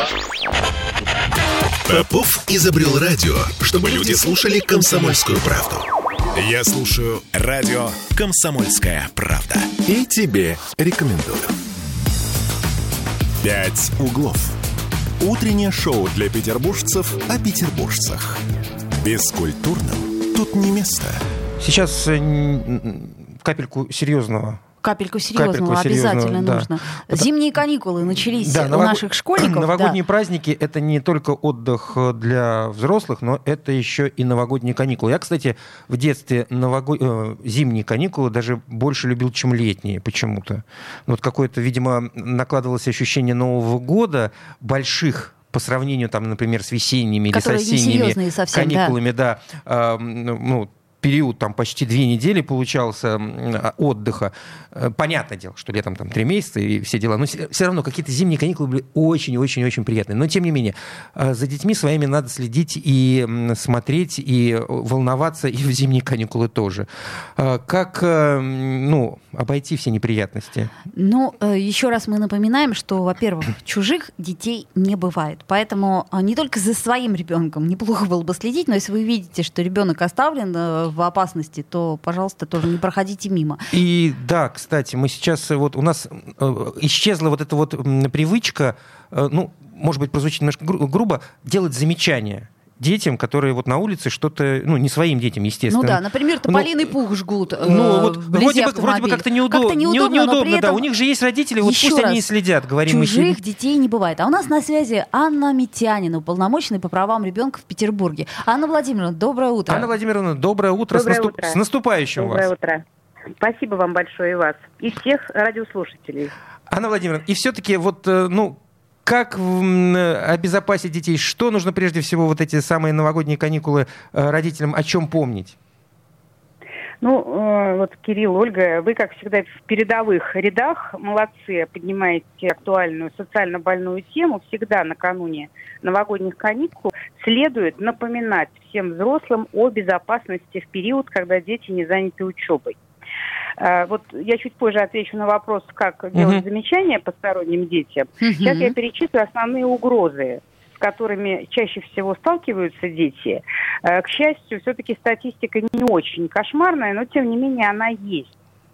Попов изобрел радио, чтобы люди слушали «Комсомольскую правду». Я слушаю радио «Комсомольская правда». И тебе рекомендую. «Пять углов». Утреннее шоу для петербуржцев о петербуржцах. Бескультурным тут не место. Сейчас капельку серьезного. Капельку серьезного обязательно да. нужно. Зимние каникулы начались у наших школьников. Новогодние праздники — это не только отдых для взрослых, но это еще и новогодние каникулы. Я, кстати, в детстве зимние каникулы даже больше любил, чем летние почему-то. Вот какое-то, видимо, накладывалось ощущение Нового года, больших по сравнению, там, например, с весенними или с осенними каникулами, да, период там почти 2 недели получался отдыха. Понятное дело, что летом там 3 месяца и все дела, но все равно какие-то зимние каникулы были очень-очень-очень приятные. Но тем не менее, за детьми своими надо следить и смотреть, и волноваться, и в зимние каникулы тоже. Как обойти все неприятности? Еще раз мы напоминаем, что, во-первых, чужих детей не бывает. Поэтому не только за своим ребенком неплохо было бы следить, но если вы видите, что ребенок оставлен в опасности, то, пожалуйста, тоже не проходите мимо. И да, кстати, мы сейчас, у нас исчезла вот эта вот привычка, может быть, прозвучит немножко грубо, делать замечания детям, которые вот на улице что-то, не своим детям, естественно. Например, тополиный пух жгут вроде бы как-то неудобно, да. У них же есть родители, вот пусть они и следят, говорим мы. Чужих детей не бывает. А у нас на связи Анна Митянина, уполномоченная по правам ребенка в Петербурге. Анна Владимировна, доброе утро. Анна Владимировна, доброе утро. С наступающим вас. Доброе утро. Спасибо вам большое и вас, и всех радиослушателей. Анна Владимировна, и все-таки как обезопасить детей? Что нужно прежде всего вот эти самые новогодние каникулы родителям о чем помнить? Кирилл, Ольга, вы, как всегда, в передовых рядах молодцы, поднимаете актуальную социально больную тему. Всегда накануне новогодних каникул следует напоминать всем взрослым о безопасности в период, когда дети не заняты учебой. Я чуть позже отвечу на вопрос, как делать замечания посторонним детям. Сейчас я перечислю основные угрозы, с которыми чаще всего сталкиваются дети. К счастью, все-таки статистика не очень кошмарная, но тем не менее она есть.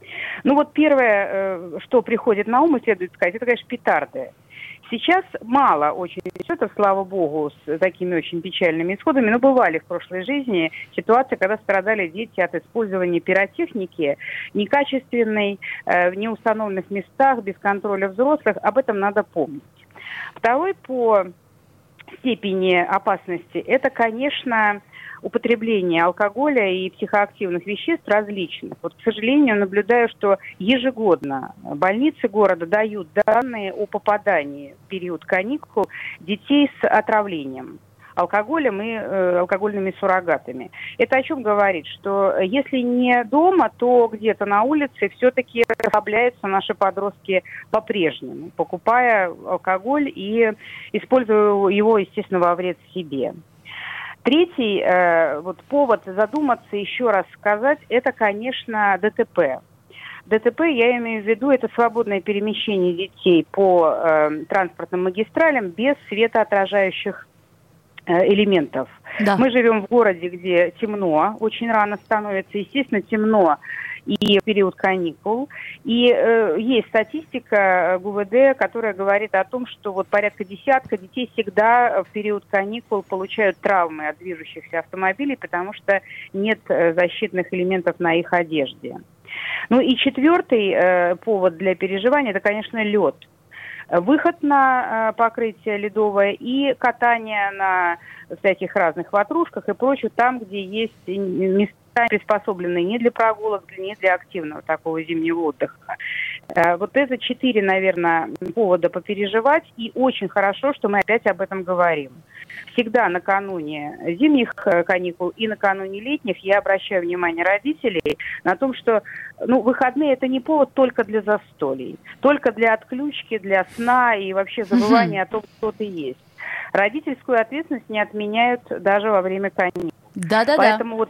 Первое, что приходит на ум, и следует сказать, это, конечно, петарды. Сейчас мало очень счетов, слава богу, с такими очень печальными исходами, но бывали в прошлой жизни ситуации, когда страдали дети от использования пиротехники некачественной, в неустановленных местах, без контроля взрослых. Об этом надо помнить. Второй по степени опасности – это, конечно, употребление алкоголя и психоактивных веществ различных. К сожалению, наблюдаю, что ежегодно больницы города дают данные о попадании в период каникул детей с отравлением алкоголем и алкогольными суррогатами. Это о чем говорит? Что если не дома, то где-то на улице все-таки расслабляются наши подростки по-прежнему, покупая алкоголь и используя его, естественно, во вред себе. Третий повод задуматься, еще раз сказать, это, конечно, ДТП. ДТП, я имею в виду, это свободное перемещение детей по транспортным магистралям без светоотражающих элементов. Да. Мы живем в городе, где темно, очень рано становится, естественно, темно и в период каникул. И есть статистика ГУВД, которая говорит о том, что порядка десятка детей всегда в период каникул получают травмы от движущихся автомобилей, потому что нет защитных элементов на их одежде. И четвертый повод для переживания – это, конечно, лед. Выход на покрытие ледовое и катание на всяких разных ватрушках и прочее, там, где есть места, приспособленные не для прогулок, не для активного такого зимнего отдыха. Это 4, наверное, повода попереживать, и очень хорошо, что мы опять об этом говорим. Всегда накануне зимних каникул и накануне летних я обращаю внимание родителей на том, что выходные – это не повод только для застолий, только для отключки, для сна и вообще забывания о том, что ты есть. Родительскую ответственность не отменяют даже во время каникул. Да-да-да. Поэтому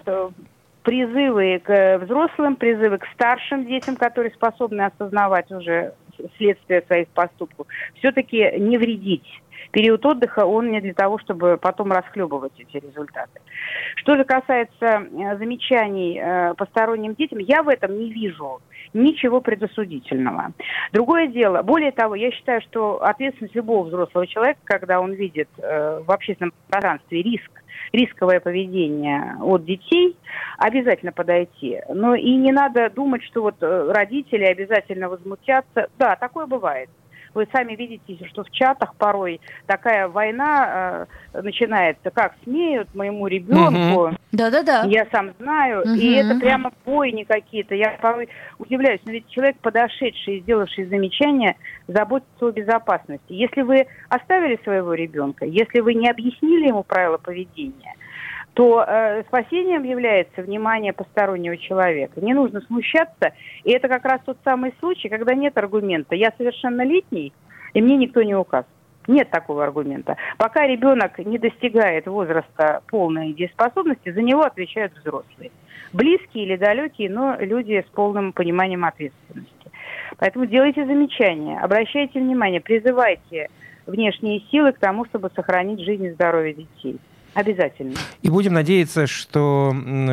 призывы к взрослым, призывы к старшим детям, которые способны осознавать уже следствие своих поступков, все-таки не вредить. Период отдыха, он не для того, чтобы потом расхлебывать эти результаты. Что же касается замечаний посторонним детям, я в этом не вижу ничего предосудительного. Другое дело, более того, я считаю, что ответственность любого взрослого человека, когда он видит в общественном пространстве рисковое поведение от детей, обязательно подойти. Но и не надо думать, что вот родители обязательно возмутятся. Да, такое бывает. Вы сами видите, что в чатах порой такая война начинается, как смеют моему ребенку. Да-да-да. Я сам знаю. И это прямо бойни какие-то. Я порой удивляюсь. Но ведь человек, подошедший и сделавший замечание, заботится о безопасности. Если вы оставили своего ребенка, если вы не объяснили ему правила поведения, то спасением является внимание постороннего человека. Не нужно смущаться. И это как раз тот самый случай, когда нет аргумента. Я совершеннолетний, и мне никто не указ. Нет такого аргумента. Пока ребенок не достигает возраста полной дееспособности, за него отвечают взрослые. Близкие или далекие, но люди с полным пониманием ответственности. Поэтому делайте замечания, обращайте внимание, призывайте внешние силы к тому, чтобы сохранить жизнь и здоровье детей. Обязательно. И будем надеяться, что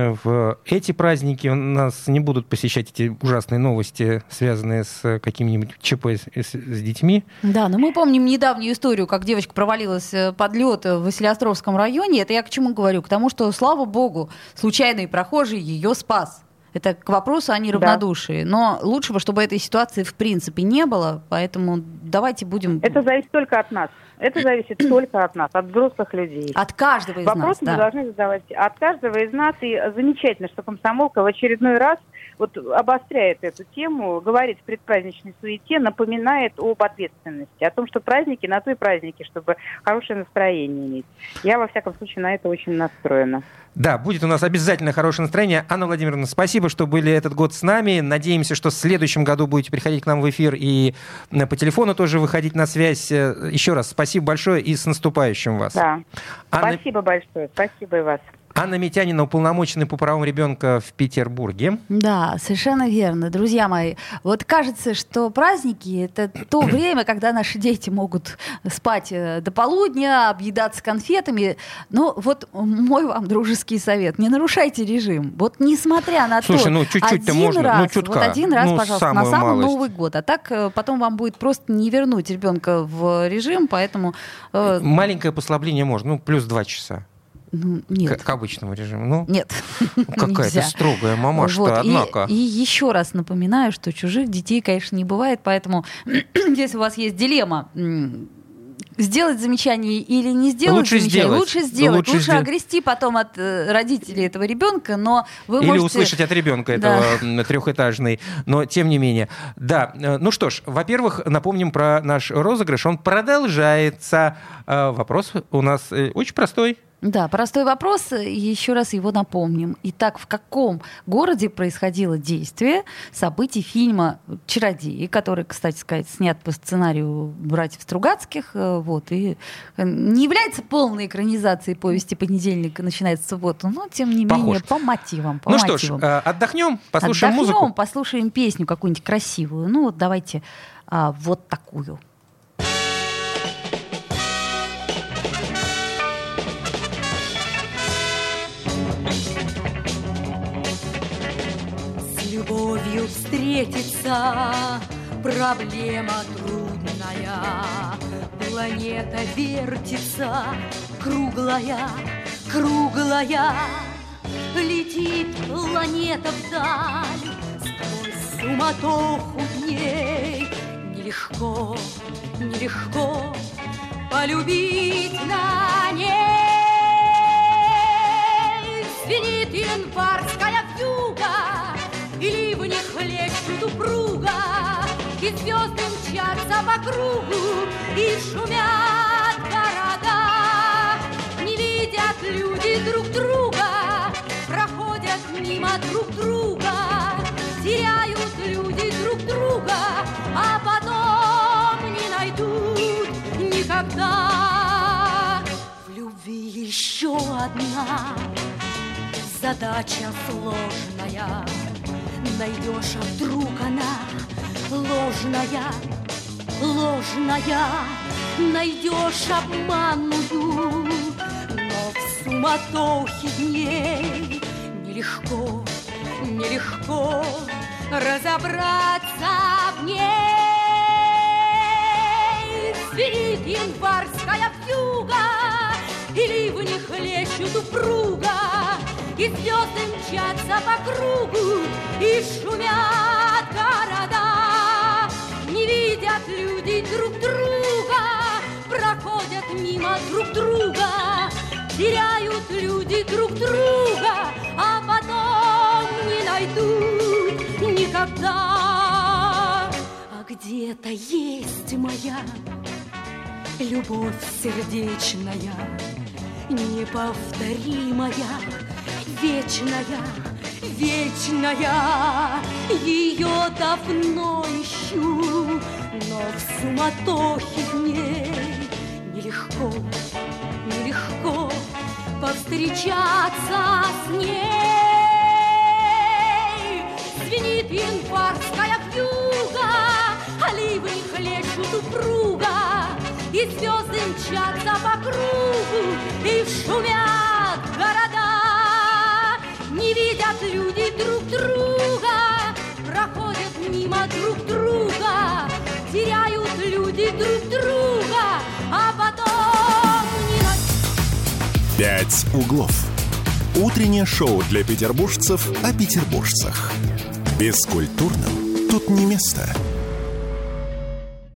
в эти праздники нас не будут посещать эти ужасные новости, связанные с каким-нибудь ЧП с детьми. Да, но мы помним недавнюю историю, как девочка провалилась под лед в Василеостровском районе. Это я к чему говорю? К тому, что, слава богу, случайный прохожий ее спас. Это к вопросу о неравнодушии. Да. Но лучше бы, чтобы этой ситуации в принципе не было, поэтому давайте будем... Это зависит только от нас. Это зависит только от нас, от взрослых людей. От каждого из нас, Вопросы мы должны задавать от каждого из нас. И замечательно, что комсомолка в очередной раз вот обостряет эту тему, говорит в предпраздничной суете, напоминает об ответственности, о том, что праздники на то и праздники, чтобы хорошее настроение иметь. Я, во всяком случае, на это очень настроена. Да, будет у нас обязательно хорошее настроение. Анна Владимировна, спасибо, что были этот год с нами. Надеемся, что в следующем году будете приходить к нам в эфир и по телефону тоже выходить на связь. Еще раз спасибо большое и с наступающим вас. Да, спасибо большое. Спасибо и вас. Анна Митянина, уполномоченная по правам ребенка в Петербурге. Да, совершенно верно. Друзья мои, вот кажется, что праздники — это то время, когда наши дети могут спать до полудня, объедаться конфетами. Но вот мой вам дружеский совет. Не нарушайте режим. Вот несмотря на Слушай, то, ну чуть-чуть-то один можно, раз, ну чутка. Вот один раз, пожалуйста, на самый малость. Новый год. А так потом вам будет просто не вернуть ребенка в режим, поэтому... Маленькое послабление можно, плюс 2 часа. Ну, нет. К обычному режиму. Ну, нет. Какая-то строгая мамаша-то, вот. однако. И еще раз напоминаю, что чужих детей, конечно, не бывает, поэтому если у вас есть дилемма, сделать замечание или не сделать замечание, лучше сделать. Лучше огрести потом от родителей этого ребенка, но вы или можете... услышать от ребенка этого трехэтажный. Но тем не менее. Да, ну что ж, во-первых, напомним про наш розыгрыш. Он продолжается. Вопрос у нас очень простой. Да, простой вопрос, еще раз его напомним. Итак, в каком городе происходило действие событий фильма «Чародеи», который, кстати сказать, снят по сценарию братьев Стругацких, вот, и не является полной экранизацией повести «Понедельник начинается в субботу», но, тем не менее, по мотивам. Ну что ж, отдохнем, послушаем музыку. Послушаем песню какую-нибудь красивую. Ну вот давайте вот такую. Любовью встретиться проблема трудная. Планета вертится, круглая, круглая. Летит планета вдаль, сквозь суматоху дней. Нелегко, нелегко полюбить на ней. Звенит январская вьюга, и ливни хлещут упруга, и звезды мчатся по кругу, и шумят города. Не видят люди друг друга, проходят мимо друг друга, теряют люди друг друга, а потом не найдут никогда. В любви еще одна задача сложная. Найдешь, а вдруг она ложная, ложная. найдешь обманную, но в суматохе дней нелегко, нелегко разобраться в ней. Звенит январская вьюга, и ливни хлещут упруго, и звезды мчатся по кругу, и шумят города. Не видят люди друг друга, проходят мимо друг друга, теряют люди друг друга, а потом не найдут никогда. А где-то есть моя любовь сердечная, неповторимая, вечная, вечная. Ее давно ищу, но в суматохе дней нелегко, нелегко повстречаться с ней. Звенит январская вьюга, а ливни хлещут упруго, и звезды мчатся по кругу, и шумят города. Не видят люди друг друга, проходят мимо друг друга, теряют люди друг друга, а потом не найдут. «Пять углов». Утреннее шоу для петербуржцев о петербуржцах. Бескультурным тут не место.